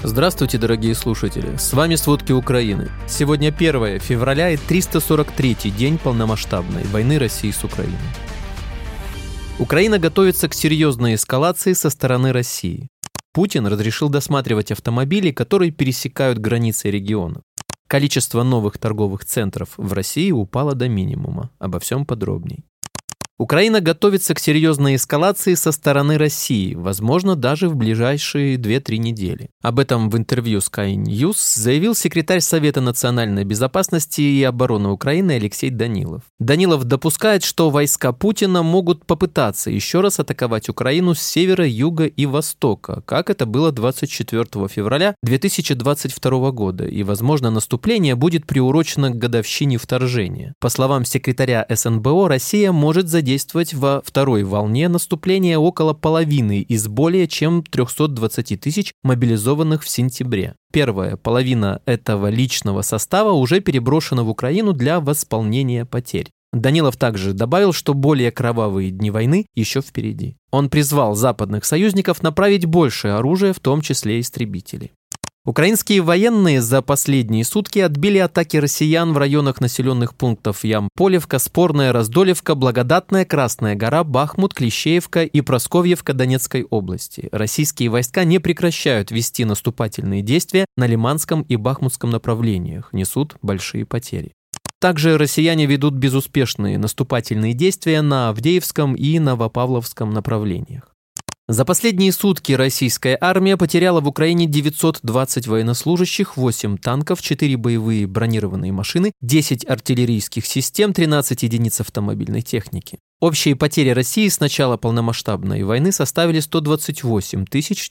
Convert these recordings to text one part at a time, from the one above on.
Здравствуйте, дорогие слушатели! С вами «Сводки Украины». Сегодня 1 февраля и 343-й день полномасштабной войны России с Украиной. Украина готовится к серьезной эскалации со стороны России. Путин разрешил досматривать автомобили, которые пересекают границы региона. Количество новых торговых центров в России упало до минимума. Обо всем подробней. Украина готовится к серьезной эскалации со стороны России, возможно, даже в ближайшие 2-3 недели. Об этом в интервью Sky News заявил секретарь Совета национальной безопасности и обороны Украины Алексей Данилов. Данилов допускает, что войска Путина могут попытаться еще раз атаковать Украину с севера, юга и востока, как это было 24 февраля 2022 года, и, возможно, наступление будет приурочено к годовщине вторжения. По словам секретаря СНБО, Россия может задействовать во второй волне наступления около половины из более чем 320 тысяч мобилизованных в сентябре. Первая половина этого личного состава уже переброшена в Украину для восполнения потерь. Данилов также добавил, что более кровавые дни войны еще впереди. Он призвал западных союзников направить больше оружия, в том числе истребителей. Украинские военные за последние сутки отбили атаки россиян в районах населенных пунктов Ямполевка, Спорная, Раздолевка, Благодатная, Красная Гора, Бахмут, Клещеевка и Просковьевка Донецкой области. Российские войска не прекращают вести наступательные действия на Лиманском и Бахмутском направлениях, несут большие потери. Также россияне ведут безуспешные наступательные действия на Авдеевском и Новопавловском направлениях. За последние сутки российская армия потеряла в Украине 920 военнослужащих, 8 танков, 4 боевые бронированные машины, 10 артиллерийских систем, 13 единиц автомобильной техники. Общие потери России с начала полномасштабной войны составили 128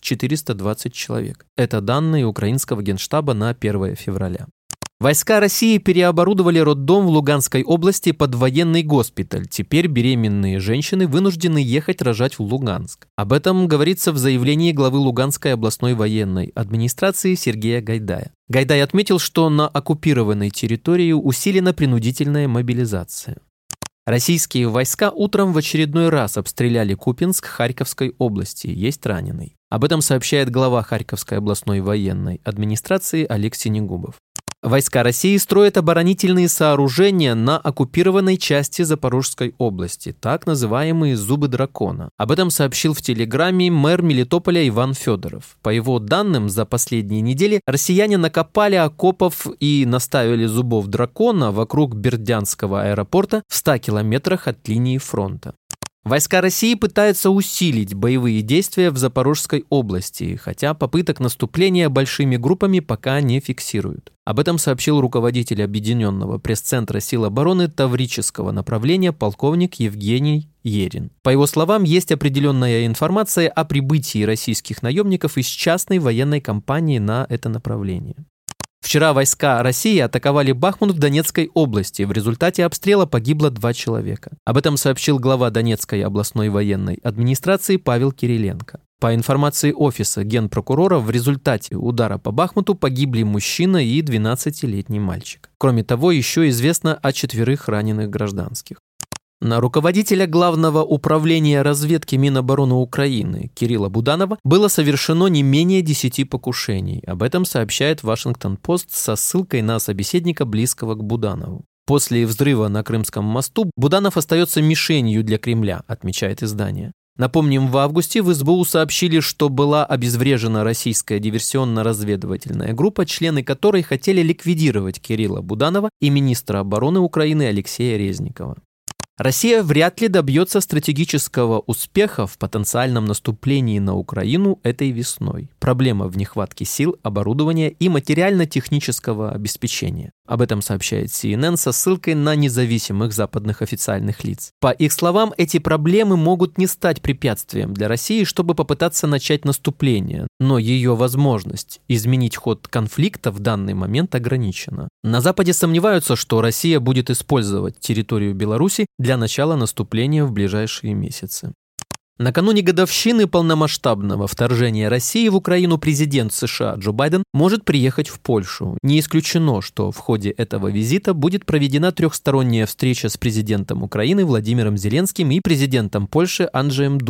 420 человек. Это данные украинского генштаба на 1 февраля. Войска России переоборудовали роддом в Луганской области под военный госпиталь. Теперь беременные женщины вынуждены ехать рожать в Луганск. Об этом говорится в заявлении главы Луганской областной военной администрации Сергея Гайдая. Гайдай отметил, что на оккупированной территории усилена принудительная мобилизация. Российские войска утром в очередной раз обстреляли Купянск Харьковской области. Есть раненый. Об этом сообщает глава Харьковской областной военной администрации Олег Синегубов. Войска России строят оборонительные сооружения на оккупированной части Запорожской области, так называемые «зубы дракона». Об этом сообщил в Телеграме мэр Мелитополя Иван Федоров. По его данным, за последние недели россияне накопали окопов и наставили зубов дракона вокруг Бердянского аэропорта в 100 километрах от линии фронта. Войска России пытаются усилить боевые действия в Запорожской области, хотя попыток наступления большими группами пока не фиксируют. Об этом сообщил руководитель Объединенного пресс-центра сил обороны Таврического направления полковник Евгений Ерин. По его словам, есть определенная информация о прибытии российских наемников из частной военной компании на это направление. Вчера войска России атаковали Бахмут в Донецкой области. В результате обстрела погибло 2 человека. Об этом сообщил глава Донецкой областной военной администрации Павел Кириленко. По информации офиса генпрокурора, в результате удара по Бахмуту погибли мужчина и 12-летний мальчик. Кроме того, еще известно о 4 раненых гражданских. На руководителя Главного управления разведки Минобороны Украины Кирилла Буданова было совершено не менее 10 покушений. Об этом сообщает Вашингтон-Пост со ссылкой на собеседника, близкого к Буданову. После взрыва на Крымском мосту Буданов остается мишенью для Кремля, отмечает издание. Напомним, в августе в СБУ сообщили, что была обезврежена российская диверсионно-разведывательная группа, члены которой хотели ликвидировать Кирилла Буданова и министра обороны Украины Алексея Резникова. Россия вряд ли добьется стратегического успеха в потенциальном наступлении на Украину этой весной. Проблема в нехватке сил, оборудования и материально-технического обеспечения. Об этом сообщает CNN со ссылкой на независимых западных официальных лиц. По их словам, эти проблемы могут не стать препятствием для России, чтобы попытаться начать наступление, но ее возможность изменить ход конфликта в данный момент ограничена. На Западе сомневаются, что Россия будет использовать территорию Беларуси для начала наступления в ближайшие месяцы. Накануне годовщины полномасштабного вторжения России в Украину президент США Джо Байден может приехать в Польшу. Не исключено, что в ходе этого визита будет проведена трехсторонняя встреча с президентом Украины Владимиром Зеленским и президентом Польши Анджеем Дудой.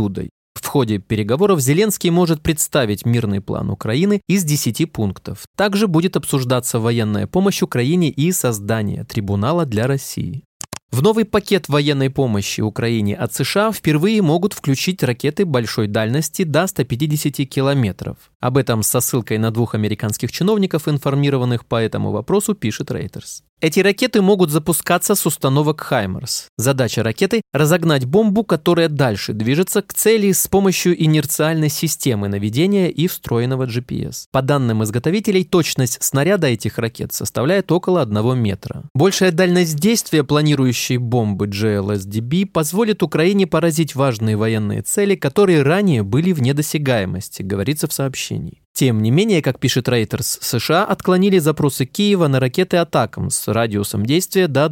В ходе переговоров Зеленский может представить мирный план Украины из 10 пунктов. Также будет обсуждаться военная помощь Украине и создание трибунала для России. В новый пакет военной помощи Украине от США впервые могут включить ракеты большой дальности до 150 километров. Об этом со ссылкой на 2 американских чиновников, информированных по этому вопросу, пишет Reuters. Эти ракеты могут запускаться с установок «Хаймарс». Задача ракеты – разогнать бомбу, которая дальше движется к цели с помощью инерциальной системы наведения и встроенного GPS. По данным изготовителей, точность снаряда этих ракет составляет около 1 метра. Большая дальность действия планирующей бомбы GLSDB позволит Украине поразить важные военные цели, которые ранее были вне досягаемости, говорится в сообщении. Тем не менее, как пишет Reuters, США отклонили запросы Киева на ракеты «Атакам» с радиусом действия до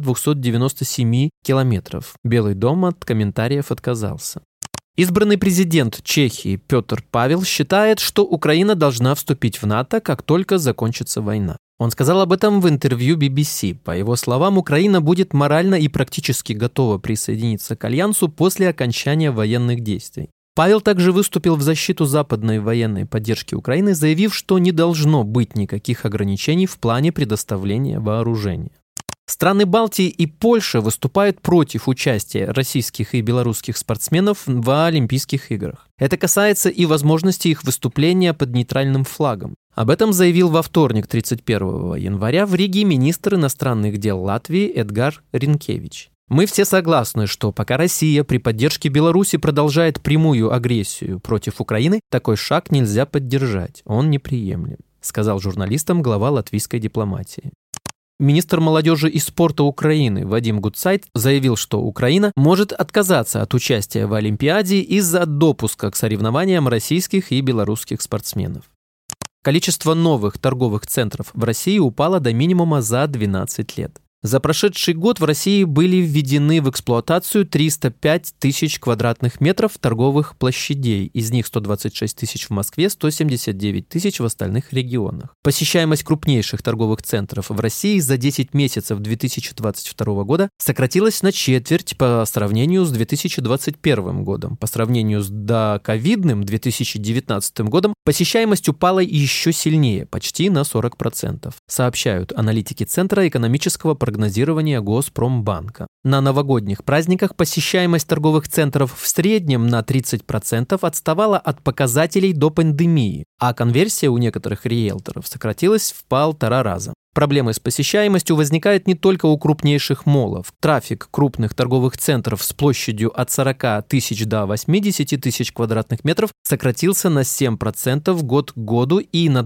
297 километров. Белый дом от комментариев отказался. Избранный президент Чехии Петр Павел считает, что Украина должна вступить в НАТО, как только закончится война. Он сказал об этом в интервью BBC. По его словам, Украина будет морально и практически готова присоединиться к Альянсу после окончания военных действий. Павел также выступил в защиту западной военной поддержки Украины, заявив, что не должно быть никаких ограничений в плане предоставления вооружения. Страны Балтии и Польша выступают против участия российских и белорусских спортсменов в Олимпийских играх. Это касается и возможности их выступления под нейтральным флагом. Об этом заявил во вторник, 31 января, в Риге министр иностранных дел Латвии Эдгар Ринкевич. Мы все согласны, что пока Россия при поддержке Беларуси продолжает прямую агрессию против Украины, такой шаг нельзя поддержать, он неприемлем, сказал журналистам глава латвийской дипломатии. Министр молодежи и спорта Украины Вадим Гутцайт заявил, что Украина может отказаться от участия в Олимпиаде из-за допуска к соревнованиям российских и белорусских спортсменов. Количество новых торговых центров в России упало до минимума за 12 лет. За прошедший год в России были введены в эксплуатацию 305 тысяч квадратных метров торговых площадей, из них 126 тысяч в Москве, 179 тысяч в остальных регионах. Посещаемость крупнейших торговых центров в России за 10 месяцев 2022 года сократилась на четверть по сравнению с 2021 годом. По сравнению с доковидным 2019 годом посещаемость упала еще сильнее, почти на 40%, сообщают аналитики Центра экономического прогнозирования Госпромбанка. На новогодних праздниках посещаемость торговых центров в среднем на 30% отставала от показателей до пандемии, а конверсия у некоторых риэлторов сократилась в 1,5 раза. Проблемы с посещаемостью возникают не только у крупнейших моллов. Трафик крупных торговых центров с площадью от 40 тысяч до 80 тысяч квадратных метров сократился на 7% год к году и на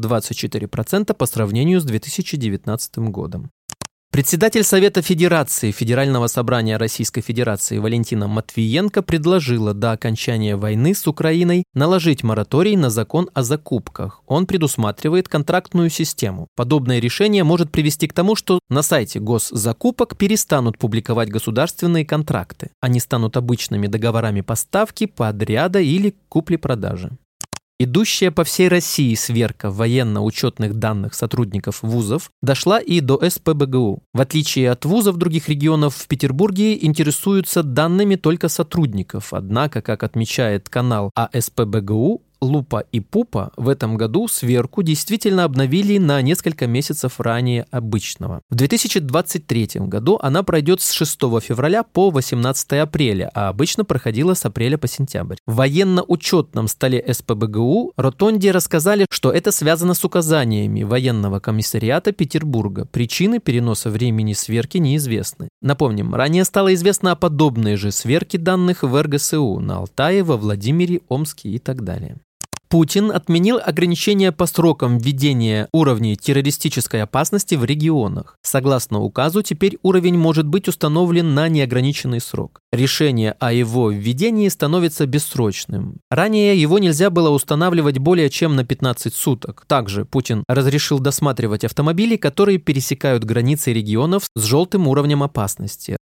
24% по сравнению с 2019 годом. Председатель Совета Федерации Федерального собрания Российской Федерации Валентина Матвиенко предложила до окончания войны с Украиной наложить мораторий на закон о закупках. Он предусматривает контрактную систему. Подобное решение может привести к тому, что на сайте госзакупок перестанут публиковать государственные контракты. Они станут обычными договорами поставки, подряда или купли-продажи. Идущая по всей России сверка военно-учетных данных сотрудников вузов дошла и до СПбГУ. В отличие от вузов других регионов, в Петербурге интересуются данными только сотрудников. Однако, как отмечает канал АСПбГУ, Лупа и Пупа в этом году сверку действительно обновили на несколько месяцев ранее обычного. В 2023 году она пройдет с 6 февраля по 18 апреля, а обычно проходила с апреля по сентябрь. В военно-учетном столе СПбГУ Ротонде рассказали, что это связано с указаниями военного комиссариата Петербурга. Причины переноса времени сверки неизвестны. Напомним, ранее стало известно о подобной же сверке данных в РГСУ на Алтае, во Владимире, Омске и так далее. Путин отменил ограничения по срокам введения уровней террористической опасности в регионах. Согласно указу, теперь уровень может быть установлен на неограниченный срок. Решение о его введении становится бессрочным. Ранее его нельзя было устанавливать более чем на 15 суток. Также Путин разрешил досматривать автомобили, которые пересекают границы регионов с желтым уровнем опасности.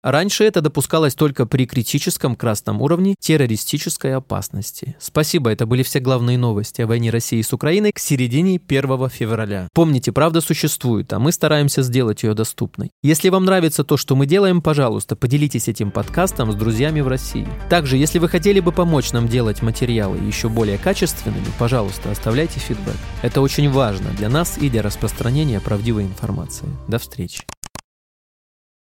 Раньше это допускалось только при критическом красном уровне террористической опасности. Спасибо, это были все главные новости о войне России с Украиной к середине 1 февраля. Помните, правда существует, а мы стараемся сделать ее доступной. Если вам нравится то, что мы делаем, пожалуйста, поделитесь этим подкастом с друзьями в России. Также, если вы хотели бы помочь нам делать материалы еще более качественными, пожалуйста, оставляйте фидбэк. Это очень важно для нас и для распространения правдивой информации. До встречи.